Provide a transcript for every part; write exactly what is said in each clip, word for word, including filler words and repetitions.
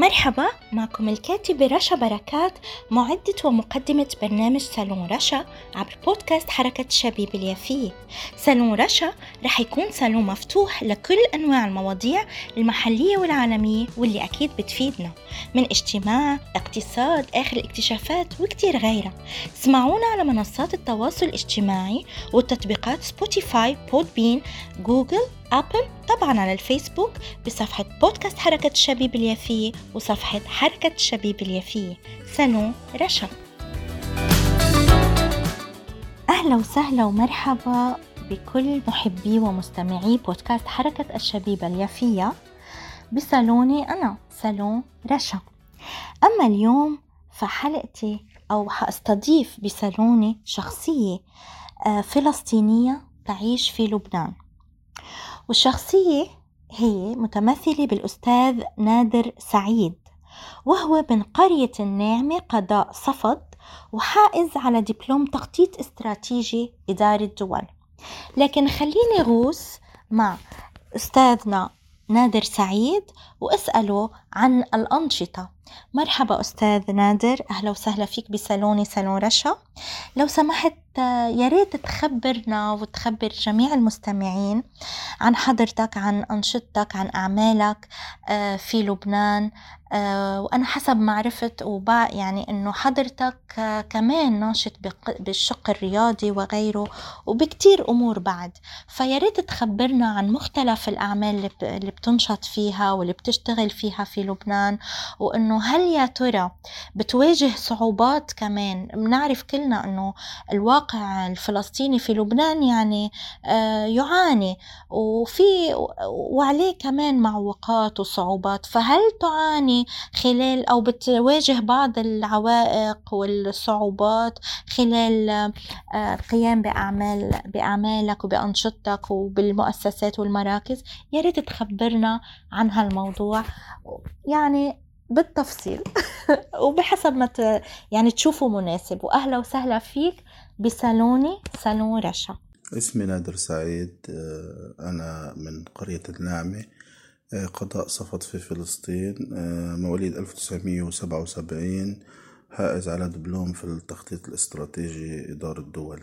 مرحبا، معكم الكاتبة رشا بركات، معدة ومقدمة برنامج صالون رشا عبر بودكاست حركة الشبيب اليافية. صالون رشا رح يكون صالون مفتوح لكل أنواع المواضيع المحلية والعالمية واللي أكيد بتفيدنا، من اجتماع، اقتصاد، آخر الاكتشافات وكتير غيرها. اسمعونا على منصات التواصل الاجتماعي والتطبيقات سبوتيفاي، بودبين، جوجل، أبل، طبعا على الفيسبوك بصفحة بودكاست حركة الشبيب اليافية وصفحة حركة الشبيب اليافية. صالون رشا. أهلا وسهلا ومرحبا بكل محبي ومستمعي بودكاست حركة الشبيب اليافية بصالوني أنا صالون رشا. أما اليوم فحلقتي أو حأستضيف بصالوني شخصية فلسطينية تعيش في لبنان، والشخصية هي متمثلة بالأستاذ نادر سعيد، وهو من قرية الناعمة قضاء صفد، وحائز على دبلوم تخطيط استراتيجي إدارة دول. لكن خليني غوص مع أستاذنا نادر سعيد وأسأله عن الأنشطة. مرحبا أستاذ نادر، أهلا وسهلا فيك بصالوني صالون رشا. لو سمحت يا ريت تخبرنا وتخبر جميع المستمعين عن حضرتك، عن أنشطتك، عن أعمالك في لبنان. وأنا حسب ما عرفت وبع يعني أنه حضرتك كمان ناشط بالشق الرياضي وغيره وبكتير أمور بعد، فيا ريت تخبرنا عن مختلف الأعمال اللي بتنشط فيها واللي بتشتغل فيها في لبنان، وأنه هل يا ترى بتواجه صعوبات كمان؟ بنعرف كلنا أنه الواقع الفلسطيني في لبنان يعني يعاني وفي وعليه كمان معوقات وصعوبات، فهل تعاني خلال أو بتواجه بعض العوائق والصعوبات خلال القيام بأعمال بأعمالك وبأنشطتك وبالمؤسسات والمراكز؟ يا ريت تخبرنا عن هالموضوع يعني بالتفصيل وبحسب ما ت... يعني تشوفه مناسب. وأهلا وسهلا فيك بصالوني صالون رشا. اسمي نادر سعيد، أنا من قرية الناعمة قضاء صفد في فلسطين، مواليد ألف وتسعمية وسبعة وسبعين، حائز على دبلوم في التخطيط الاستراتيجي إدارة الدول.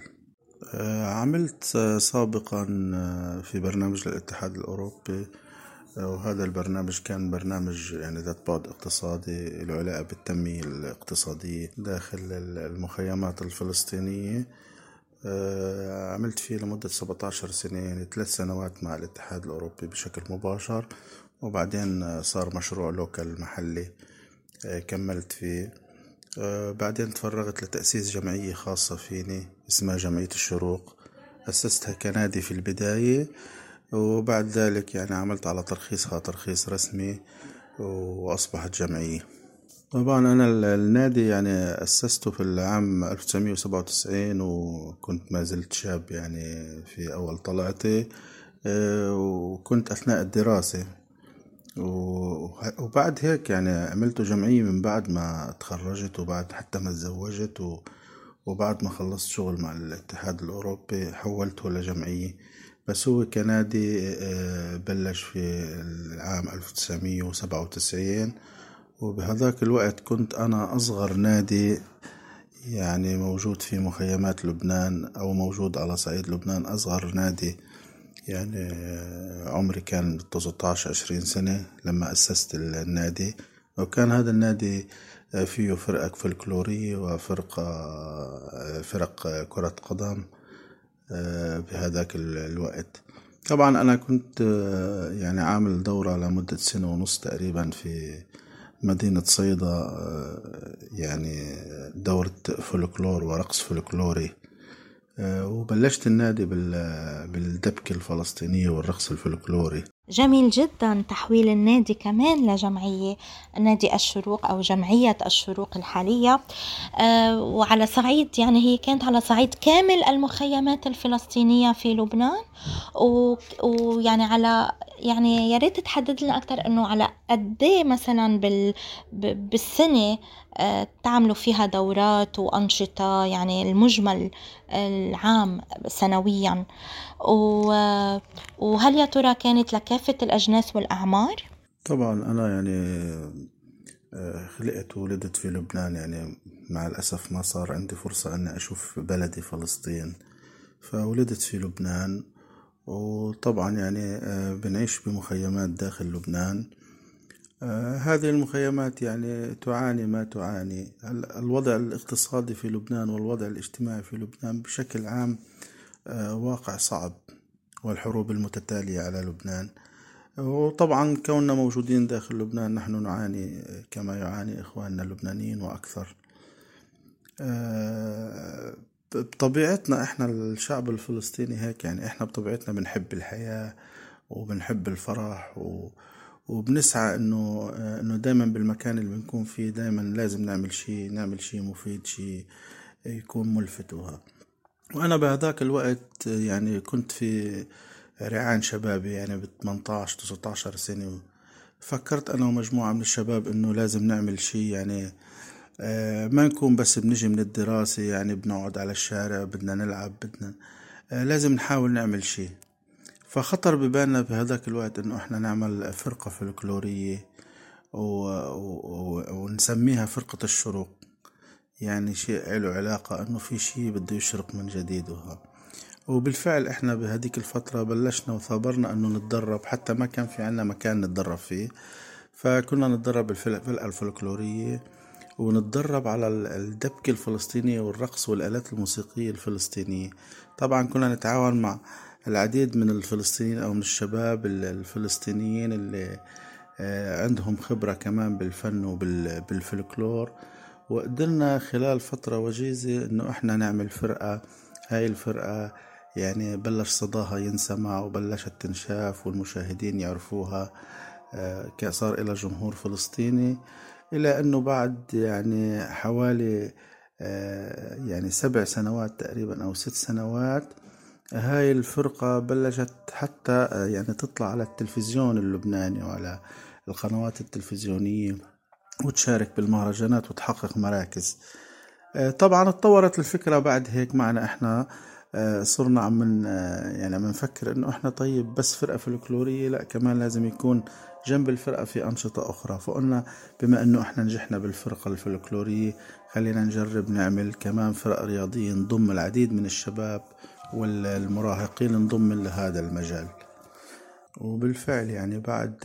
عملت سابقا في برنامج الاتحاد الأوروبي، وهذا البرنامج كان برنامج يعني ذات بعد اقتصادي له علاقة بالتنمية الاقتصادية داخل المخيمات الفلسطينية. عملت فيه لمدة سبعة عشر سنة، يعني ثلاث سنوات مع الاتحاد الأوروبي بشكل مباشر، وبعدين صار مشروع لوكال محلي كملت فيه. بعدين تفرغت لتأسيس جمعية خاصة فيني اسمها جمعية الشروق، أسستها كنادي في البداية، وبعد ذلك يعني عملت على ترخيصها ترخيص رسمي وأصبحت جمعية. طبعا أنا النادي يعني أسسته في العام ألف وتسعمية وسبعة وتسعين، وكنت ما زلت شاب يعني في أول طلعتي، وكنت أثناء الدراسة، وبعد هيك يعني عملت جمعية من بعد ما تخرجت وبعد حتى ما تزوجت، وبعد ما خلصت شغل مع الاتحاد الأوروبي حولته لجمعية. بس هو كنادي بلش في العام ألف وتسعمية وسبعة وتسعين، وبهذاك الوقت كنت أنا أصغر نادي يعني موجود في مخيمات لبنان أو موجود على صعيد لبنان، أصغر نادي يعني عمري كان تسعة عشر عشرين سنة لما أسست النادي. وكان هذا النادي فيه فرقة فلكلورية وفرقة فرق كرة قدم بهذاك الوقت. طبعا أنا كنت يعني عامل دورة لمدة سنة ونص تقريبا في مدينة صيدا، يعني دورة فولكلور ورقص فولكلوري، وبلشت النادي بالدبكة الفلسطينية والرقص الفولكلوري. جميل جدا تحويل النادي كمان لجمعية، نادي الشروق أو جمعية الشروق الحالية. أه وعلى صعيد يعني هي كانت على صعيد كامل المخيمات الفلسطينية في لبنان، ويعني على يعني يا ريت تحدد لنا أكتر إنه على قد إيه مثلا بال بالسنة أه تعملوا فيها دورات وأنشطة، يعني المجمل العام سنويا، وهل يا ترى كانت لكافة الأجناس والأعمار؟ طبعا أنا يعني خلقت وولدت في لبنان، يعني مع الأسف ما صار عندي فرصة أن أشوف بلدي فلسطين، فولدت في لبنان. وطبعا يعني بنعيش بمخيمات داخل لبنان. هذه المخيمات يعني تعاني ما تعاني. الوضع الاقتصادي في لبنان والوضع الاجتماعي في لبنان بشكل عام واقع صعب، والحروب المتتالية على لبنان. وطبعا كوننا موجودين داخل لبنان نحن نعاني كما يعاني إخواننا اللبنانيين وأكثر. بطبيعتنا إحنا الشعب الفلسطيني هيك، يعني إحنا بطبيعتنا بنحب الحياة وبنحب الفرح و وبنسعى إنه إنه دايما بالمكان اللي بنكون فيه دايما لازم نعمل شيء نعمل شيء مفيد، شيء يكون ملفت. وها وأنا بهذاك الوقت يعني كنت في ريعان شبابي، يعني ب ثمانية عشر تسعة عشر سنة. فكرت أنا ومجموعة من الشباب إنه لازم نعمل شيء، يعني آه ما نكون بس بنجي من الدراسة يعني بنقعد على الشارع بدنا نلعب، بدنا آه لازم نحاول نعمل شيء. فخطر ببالنا بهذاك الوقت إنه إحنا نعمل فرقة فلكلورية و... و... ونسميها فرقة الشروق، يعني شيء له علاقة إنه في شيء بده يشرق من جديد. وها وبالفعل إحنا بهديك الفترة بلشنا وثابرنا إنه نتدرب، حتى ما كان في عنا مكان نتدرب فيه، فكنا نتدرب بالفرقة الفلكلورية ونتدرب على الدبكة الفلسطينية والرقص والآلات الموسيقية الفلسطينية. طبعا كنا نتعاون مع العديد من الفلسطينيين أو من الشباب الفلسطينيين اللي عندهم خبرة كمان بالفن وبالفلكلور، وقدرنا خلال فترة وجيزة إنه إحنا نعمل فرقة. هاي الفرقة يعني بلش صداها ينسمع وبلشت تنشاف والمشاهدين يعرفوها، صار إلى جمهور فلسطيني. إلى أنه بعد يعني حوالي يعني سبع سنوات تقريبا أو ست سنوات هاي الفرقة بلشت حتى يعني تطلع على التلفزيون اللبناني وعلى القنوات التلفزيونية وتشارك بالمهرجانات وتحقق مراكز. طبعا اتطورت الفكرة بعد هيك معنا احنا، صرنا عم من يعني عم نفكر انه احنا طيب بس فرقة فلكلورية، لا كمان لازم يكون جنب الفرقة في أنشطة أخرى. فقلنا بما انه احنا نجحنا بالفرقة الفلكلورية خلينا نجرب نعمل كمان فرق رياضية نضم العديد من الشباب والمراهقين نضم لهذا المجال. وبالفعل يعني بعد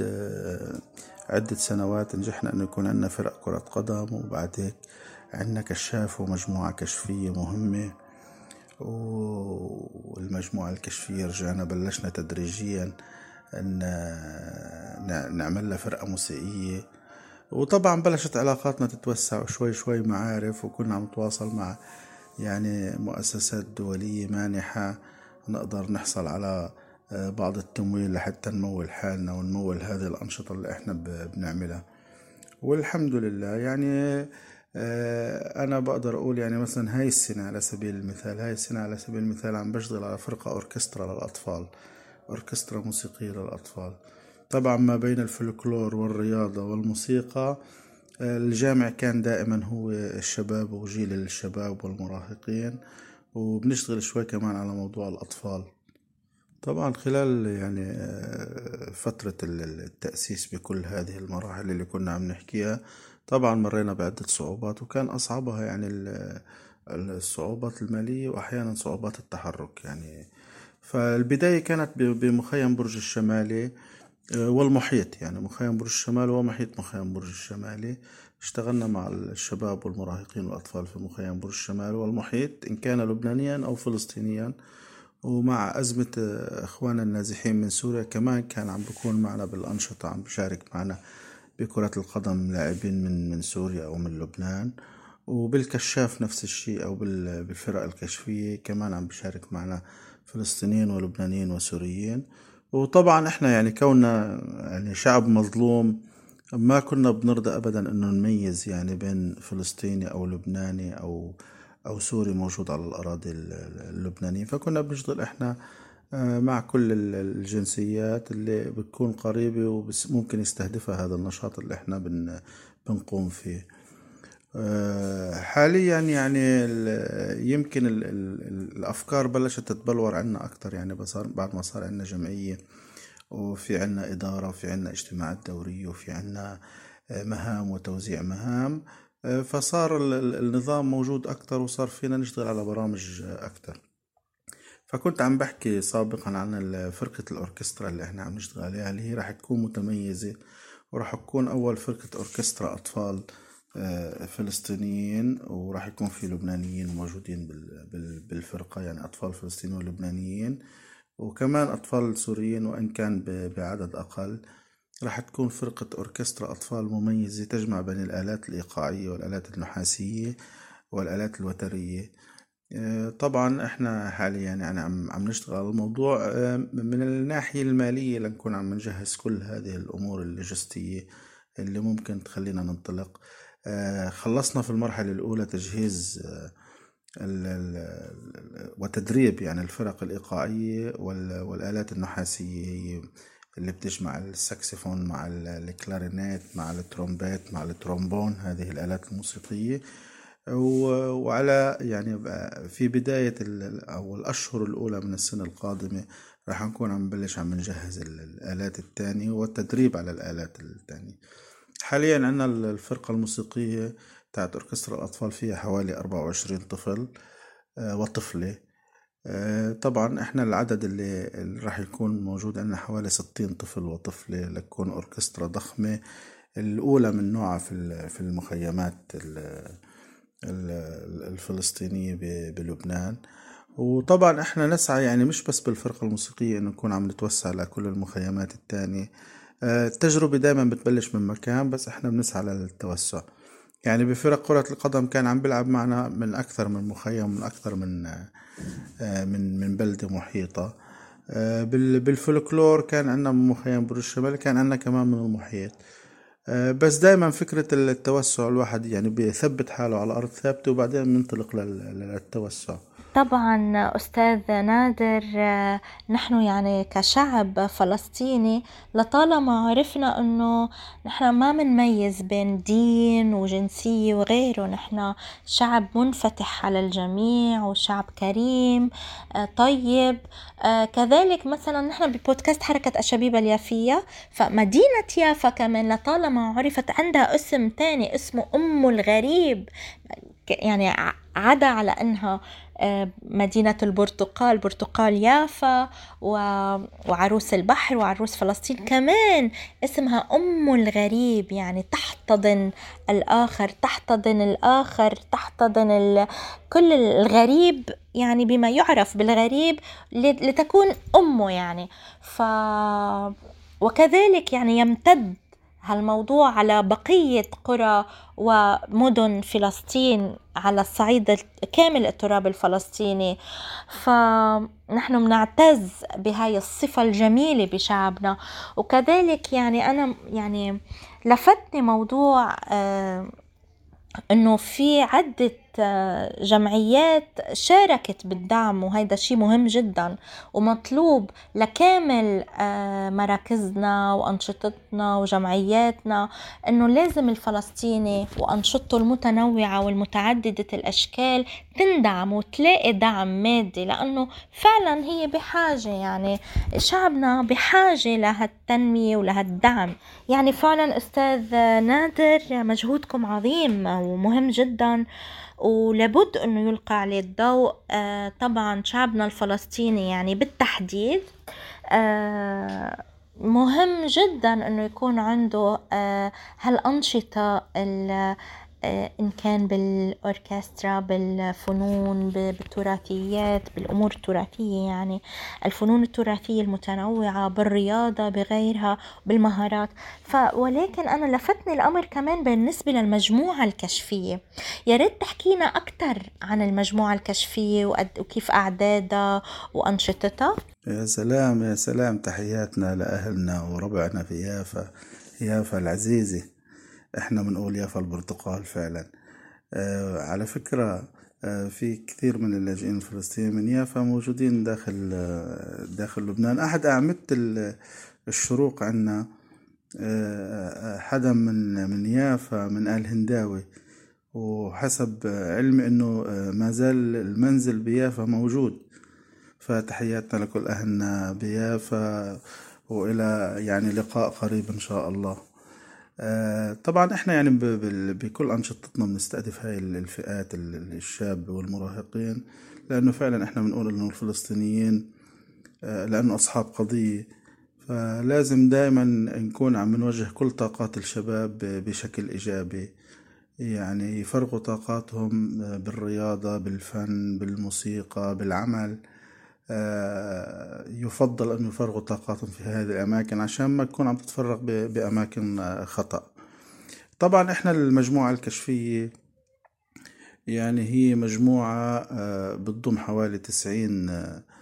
عدة سنوات نجحنا أن يكون عندنا فرق كرة قدم، وبعد هيك عندنا كشاف ومجموعة كشفية مهمة. والمجموعة الكشفية رجعنا بلشنا تدريجيا أن نعمل لها فرقة موسيقية. وطبعا بلشت علاقاتنا تتوسع شوي شوي معارف، وكنا عم نتواصل مع يعني مؤسسات دولية مانحة نقدر نحصل على بعض التمويل لحتى نمول حالنا ونمول هذه الأنشطة اللي احنا بنعملها. والحمد لله يعني أنا بقدر أقول يعني مثلا هاي السنة على سبيل المثال هاي السنة على سبيل المثال عم بشتغل على فرقة أوركسترا للأطفال، أوركسترا موسيقية للأطفال. طبعا ما بين الفلكلور والرياضة والموسيقى الجامع كان دائما هو الشباب وجيل الشباب والمراهقين، وبنشتغل شوي كمان على موضوع الأطفال. طبعا خلال يعني فترة التأسيس بكل هذه المراحل اللي كنا عم نحكيها طبعا مرينا بعدة صعوبات، وكان أصعبها يعني الصعوبات المالية وأحيانا صعوبات التحرك. يعني فالبداية كانت بمخيم برج الشمالي والمحيط، يعني مخيم برج الشمال ومحيط مخيم برج الشمالي. اشتغلنا مع الشباب والمراهقين والأطفال في مخيم برج الشمال والمحيط إن كان لبنانيا أو فلسطينيا. ومع أزمة إخواننا النازحين من سوريا كمان كان عم بيكون معنا بالأنشطة، عم بشارك معنا بكرة القدم لاعبين من من سوريا أو من لبنان. وبالكشاف نفس الشيء أو بالفرق الكشفية كمان عم بشارك معنا فلسطينيين ولبنانيين وسوريين. وطبعا احنا يعني كوننا يعني شعب مظلوم ما كنا بنرضى أبدا أنه نميز يعني بين فلسطيني أو لبناني أو أو سوري موجود على الأراضي اللبنانية. فكنا بنشتغل إحنا مع كل الجنسيات اللي بتكون قريبة وممكن يستهدفها هذا النشاط اللي إحنا بنقوم فيه. حاليا يعني يمكن ال ال الأفكار بلشت تتبلور عنا أكتر، يعني بعد ما صار عنا جمعية وفي عنا إدارة وفي عنا اجتماعات دورية وفي عنا مهام وتوزيع مهام، فصار النظام موجود أكتر وصار فينا نشتغل على برامج أكتر. فكنت عم بحكي سابقا عن فرقة الأوركسترا اللي احنا عم نشتغل عليها، اللي هي راح تكون متميزة وراح تكون أول فرقة أوركسترا أطفال فلسطينيين، وراح يكون في لبنانيين موجودين بالفرقة، يعني أطفال فلسطينيين ولبنانيين وكمان أطفال سوريين وإن كان بعدد أقل. راح تكون فرقة أوركسترا أطفال مميزة تجمع بين الآلات الإيقاعية والآلات النحاسية والآلات الوترية. طبعا احنا حاليا يعني عم عم نشتغل على الموضوع من الناحية المالية لنكون عم نجهز كل هذه الأمور اللوجستية اللي ممكن تخلينا ننطلق. خلصنا في المرحلة الأولى تجهيز وتدريب يعني الفرق الإيقاعية والآلات النحاسية، هي اللي بتجمع الساكسفون مع الكلارينيت مع الترومبيت مع الترومبون، هذه الآلات الموسيقية. وعلى يعني في بداية أو الأشهر الأولى من السنة القادمة راح نكون عم نبلش عم نجهز الآلات التانية والتدريب على الآلات التانية. حاليا عندنا الفرقة الموسيقية تاعت أوركسترا الأطفال فيها حوالي أربعة وعشرين طفل وطفلة. طبعا احنا العدد اللي, اللي راح يكون موجود عندنا حوالي ستين طفل وطفلة لتكون أوركسترا ضخمة، الأولى من نوعها في في المخيمات الفلسطينية بلبنان. وطبعا احنا نسعى يعني مش بس بالفرقة الموسيقية انه نكون عم نتوسع لكل المخيمات التانية. التجربة دايما بتبلش من مكان، بس احنا بنسعى للتوسع. يعني بفرق كرة القدم كان عم بلعب معنا من أكثر من مخيم، من أكثر من من من بلدة محيطة. بالفولكلور كان عندنا من مخيم برج الشمال، كان عندنا كمان من المحيط. بس دايما فكرة التوسع الواحد يعني بيثبت حاله على أرض ثابتة وبعدين منطلق للتوسع. طبعا أستاذ نادر، نحن يعني كشعب فلسطيني لطالما عرفنا أنه نحن ما منميز بين دين وجنسية وغيره، نحن شعب منفتح على الجميع وشعب كريم طيب. كذلك مثلا نحن ببودكاست حركة الشبيبة اليافية، فمدينة يافا كمان لطالما عرفت عندها اسم تاني اسمه أم الغريب، يعني عدا على أنها مدينة البرتقال، برتقال يافا وعروس البحر وعروس فلسطين، كمان اسمها أم الغريب، يعني تحتضن الآخر، تحتضن الآخر تحتضن ال... كل الغريب، يعني بما يعرف بالغريب لتكون أمه يعني. ف... وكذلك يعني يمتد هالموضوع على بقية قرى ومدن فلسطين على الصعيد كامل التراب الفلسطيني. فنحن بنعتز بهاي الصفة الجميلة بشعبنا. وكذلك يعني أنا يعني لفتني موضوع آه انه في عدة جمعيات شاركت بالدعم، وهذا شيء مهم جدا ومطلوب لكامل مراكزنا وأنشطتنا وجمعياتنا، انه لازم الفلسطيني وأنشطته المتنوعة والمتعددة الاشكال تندعم وتلاقي دعم مادي، لانه فعلا هي بحاجة، يعني شعبنا بحاجة لهالتنمية ولهالدعم. يعني فعلا استاذ نادر مجهودكم عظيم ومهم جدا ولابد أنه يلقى عليه الضوء. آه طبعا شعبنا الفلسطيني يعني بالتحديد آه مهم جدا أنه يكون عنده آه هالأنشطة إن كان بالأوركسترا، بالفنون، بالتراثيات، بالأمور التراثية، يعني الفنون التراثية المتنوعة، بالرياضة، بغيرها، بالمهارات. ف ولكن أنا لفتني الأمر كمان بالنسبة للمجموعة الكشفية، يا ريت تحكينا أكتر عن المجموعة الكشفية وكيف أعدادها وأنشطتها. يا سلام يا سلام، تحياتنا لأهلنا وربعنا في يافا، يافا العزيزة. احنا بنقول يافا البرتقال فعلا. آه على فكرة آه في كثير من اللاجئين الفلسطينيين من يافا موجودين داخل آه داخل لبنان. أحد أعمدة الشروق عنا آه حدا من من يافا من آل هنداوي، وحسب علمي إنه آه ما زال المنزل بيافا موجود. فتحياتنا لكل أهلنا بيافا، وإلى يعني لقاء قريب إن شاء الله. طبعا احنا يعني بكل أنشطتنا بنستهدف هاي الفئات الشاب والمراهقين، لأنه فعلا احنا بنقول إنه الفلسطينيين لأنه أصحاب قضية، فلازم دائما نكون عم نوجه كل طاقات الشباب بشكل إيجابي، يعني يفرغوا طاقاتهم بالرياضة، بالفن، بالموسيقى، بالعمل. يفضل أن يفرغوا طاقاتهم في هذه الأماكن عشان ما تكون عم تتفرغ بأماكن خطأ. طبعا إحنا المجموعة الكشفية يعني هي مجموعة بتضم حوالي تسعين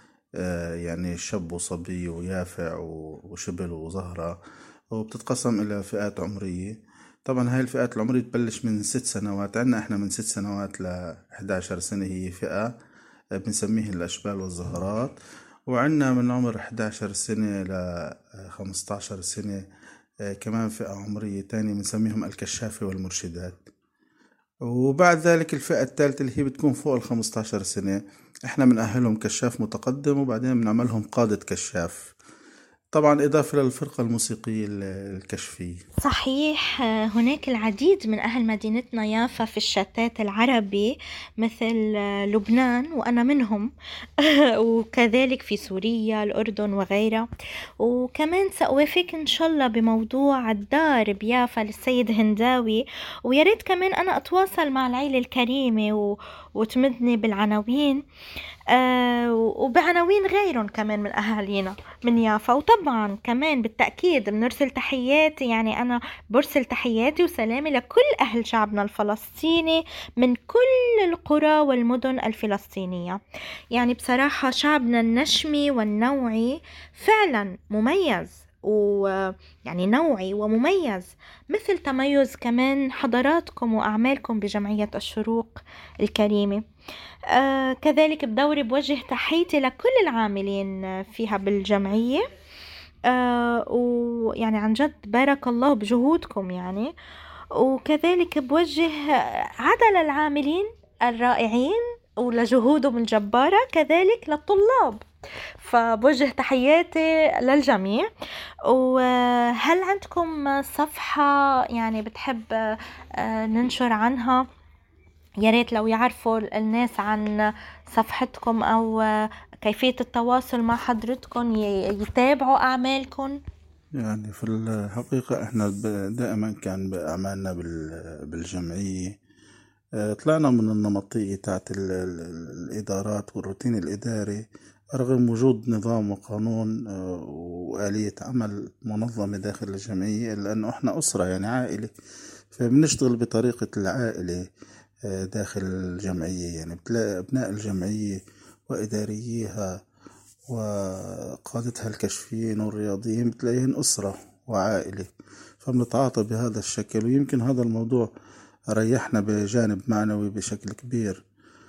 يعني شاب وصبي ويافع وشبل وزهرة، وبتتقسم إلى فئات عمرية. طبعا هاي الفئات العمرية تبلش من ست سنوات، عنا إحنا من ست سنوات ل إحدى عشرة سنة هي فئة بنسميه الأشبال والزهرات، وعنا من عمر إحدى عشرة سنة ل خمسة عشر سنة كمان فئة عمرية تانية بنسميهم الكشافة والمرشدات. وبعد ذلك الفئة الثالثة اللي هي بتكون فوق ال خمسة عشر سنة احنا بنأهلهم كشاف متقدم، وبعدين بنعملهم قادة كشاف، طبعا إضافة للفرقة الموسيقية الكشفية. صحيح، هناك العديد من أهل مدينتنا يافا في الشتات العربي مثل لبنان وأنا منهم وكذلك في سوريا، الأردن وغيرها. وكمان سأوافق إن شاء الله بموضوع الدار بيافا للسيد هنداوي، وياريت كمان أنا أتواصل مع العيلة الكريمة و... وتمدني بالعناوين آه وبعناوين غيرهم كمان من أهالينا من يافا. وطبعا كمان بالتأكيد بنرسل تحياتي، يعني أنا برسل تحياتي وسلامي لكل أهل شعبنا الفلسطيني من كل القرى والمدن الفلسطينية. يعني بصراحة شعبنا النشمي والنوعي فعلا مميز، ويعني نوعي ومميز، مثل تميز كمان حضاراتكم وأعمالكم بجمعية الشروق الكريمة. آه كذلك بدوري بوجه تحياتي لكل العاملين فيها بالجمعية، آه ويعني عن جد بارك الله بجهودكم يعني. وكذلك بوجه عدل العاملين الرائعين ولجهودهم الجبارة، كذلك للطلاب، فبوجه تحياتي للجميع. وهل عندكم صفحة يعني بتحب ننشر عنها؟ يا ريت لو يعرفوا الناس عن صفحتكم أو كيفية التواصل مع حضرتكم يتابعوا أعمالكم. يعني في الحقيقة احنا دائما كان بأعمالنا بالجمعية طلعنا من النمطية تاعت الإدارات والروتين الإداري، رغم وجود نظام وقانون وآلية عمل منظمة داخل الجمعية، لأنه احنا أسرة يعني عائلة، فبنشتغل بطريقة العائلة داخل الجمعية. يعني بتلاقي أبناء الجمعية وإداريها وقادتها الكشفيين والرياضيين بتلاقيهن أسرة وعائلة، فبنتعاطى بهذا الشكل، ويمكن هذا الموضوع ريحنا بجانب معنوي بشكل كبير.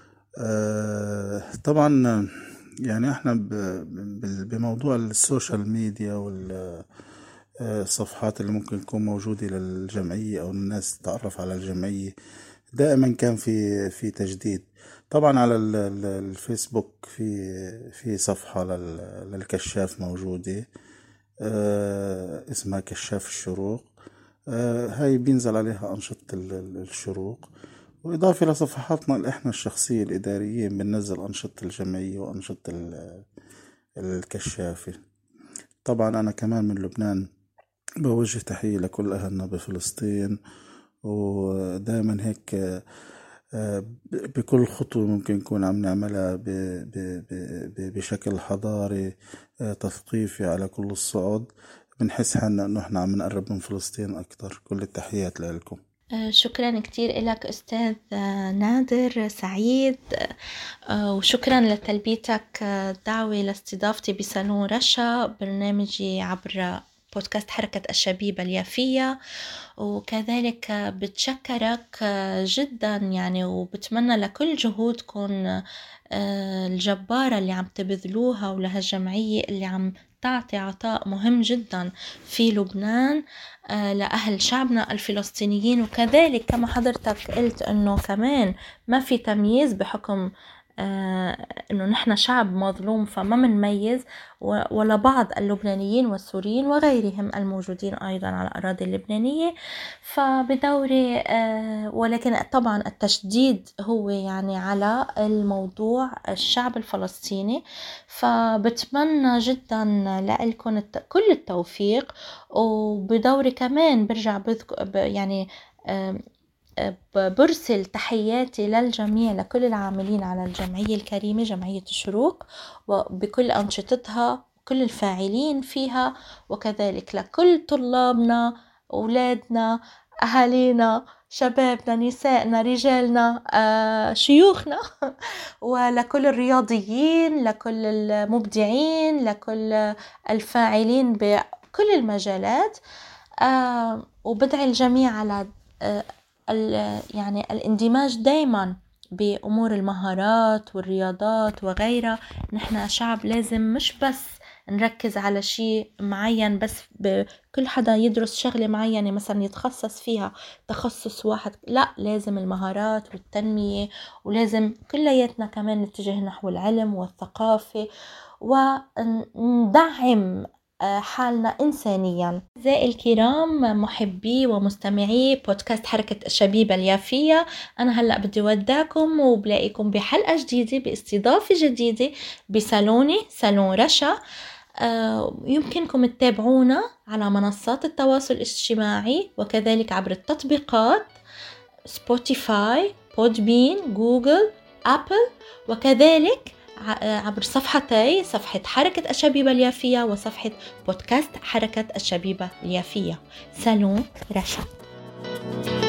آه طبعا يعني احنا بموضوع السوشيال ميديا والصفحات اللي ممكن تكون موجودة للجمعية أو الناس تتعرف على الجمعية، دائما كان في في تجديد. طبعا على الفيسبوك في في صفحة للكشاف موجودة اسمها كشاف الشروق، هاي بينزل عليها أنشطة الشروق، وإضافة لصفحاتنا اللي إحنا الشخصية الإداريين بننزل أنشطة الجمعية وأنشطة الكشافة. طبعا أنا كمان من لبنان بوجه تحية لكل أهلنا بفلسطين، ودائما هيك بكل خطوة ممكن نكون عم نعملها بشكل حضاري تثقيفي على كل الصعود، بنحس حالنا أنه إحنا عم نقرب من فلسطين أكتر. كل التحيات لكم. شكرا كتير لك أستاذ نادر سعيد، وشكرا لتلبيتك دعوة لاستضافتي بصالون رشا برنامجي عبر بودكاست حركة الشبيبة اليافية. وكذلك بتشكرك جدا يعني، وبتمنى لكل جهودكم الجبارة اللي عم تبذلوها ولهالجمعية اللي عم تعطي عطاء مهم جدا في لبنان لأهل شعبنا الفلسطينيين. وكذلك كما حضرتك قلت أنه كمان ما في تمييز بحكم آه إنه نحن شعب مظلوم، فما منميز ولا بعض اللبنانيين والسوريين وغيرهم الموجودين أيضا على الأراضي اللبنانية. فبدوري آه ولكن طبعا التشديد هو يعني على الموضوع الشعب الفلسطيني. فبتمنى جدا لكم كل التوفيق. وبدوري كمان برجع بذك يعني آه برسل تحياتي للجميع، لكل العاملين على الجمعية الكريمة جمعية الشروق وبكل أنشطتها وكل الفاعلين فيها، وكذلك لكل طلابنا، أولادنا، أهالينا، شبابنا، نسائنا، رجالنا، آه، شيوخنا ولكل الرياضيين، لكل المبدعين، لكل الفاعلين بكل المجالات. آه، وبدعي الجميع على آه يعني الاندماج دايما بأمور المهارات والرياضات وغيرها. نحن شعب لازم مش بس نركز على شيء معين بس، كل حدا يدرس شغلة معينة مثلا يتخصص فيها تخصص واحد، لا، لازم المهارات والتنمية، ولازم كلياتنا كمان نتجه نحو العلم والثقافة وندعم حالنا إنسانيا. أعزائي الكرام محبي ومستمعي بودكاست حركة الشبيبة اليافية، أنا هلأ بدي وداكم وبلاقيكم بحلقة جديدة باستضافة جديدة بسالوني سالون رشا. يمكنكم تتابعونا على منصات التواصل الاجتماعي وكذلك عبر التطبيقات سبوتيفاي، بودبين، جوجل، أبل، وكذلك عبر صفحتي صفحة حركة الشبيبة اليافية وصفحة بودكاست حركة الشبيبة اليافية. سالون رشا.